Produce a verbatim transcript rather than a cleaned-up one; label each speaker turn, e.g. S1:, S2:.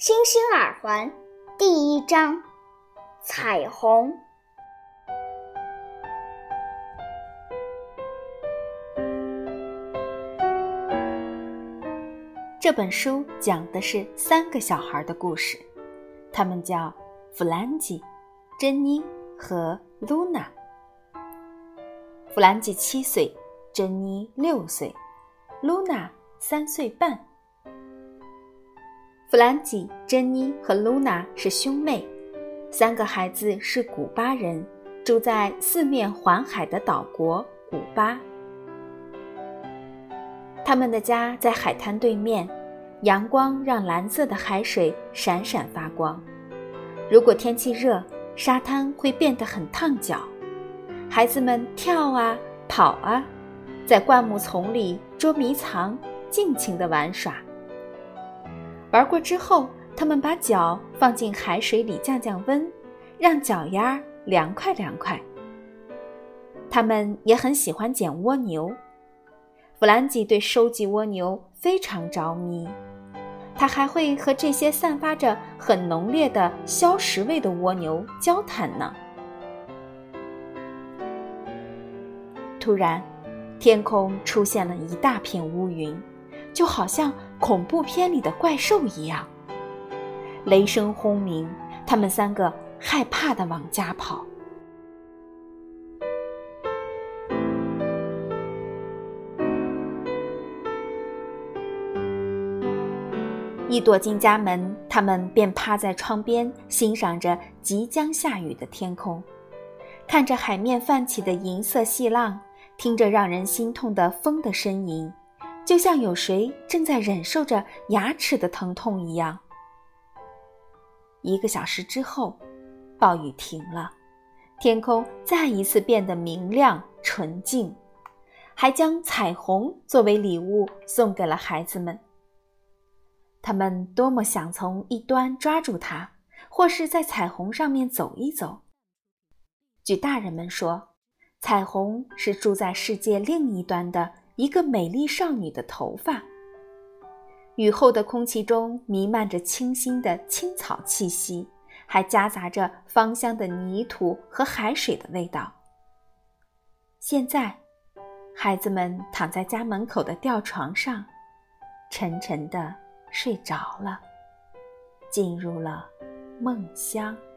S1: 星星耳环第一章，彩虹。
S2: 这本书讲的是三个小孩的故事，他们叫弗兰基、珍妮和露娜。弗兰基七岁，珍妮六岁，露娜三岁半。弗兰基、珍妮和露娜是兄妹，三个孩子是古巴人，住在四面环海的岛国古巴。他们的家在海滩对面，阳光让蓝色的海水闪闪发光。如果天气热，沙滩会变得很烫脚。孩子们跳啊跑啊，在灌木丛里捉迷藏，尽情地玩耍。玩过之后，他们把脚放进海水里降降温，让脚丫凉快凉快。他们也很喜欢捡蜗牛。弗兰基对收集蜗牛非常着迷，他还会和这些散发着很浓烈的硝石味的蜗牛交谈呢。突然，天空出现了一大片乌云，就好像恐怖片里的怪兽一样。雷声轰鸣，他们三个害怕地往家跑。一躲进家门，他们便趴在窗边，欣赏着即将下雨的天空，看着海面泛起的银色细浪，听着让人心痛的风的呻吟，就像有谁正在忍受着牙齿的疼痛一样。一个小时之后，暴雨停了，天空再一次变得明亮纯净，还将彩虹作为礼物送给了孩子们。他们多么想从一端抓住它，或是在彩虹上面走一走。据大人们说，彩虹是住在世界另一端的一个美丽少女的头发。雨后的空气中弥漫着清新的青草气息，还夹杂着芳香的泥土和海水的味道。现在，孩子们躺在家门口的吊床上，沉沉地睡着了，进入了梦乡。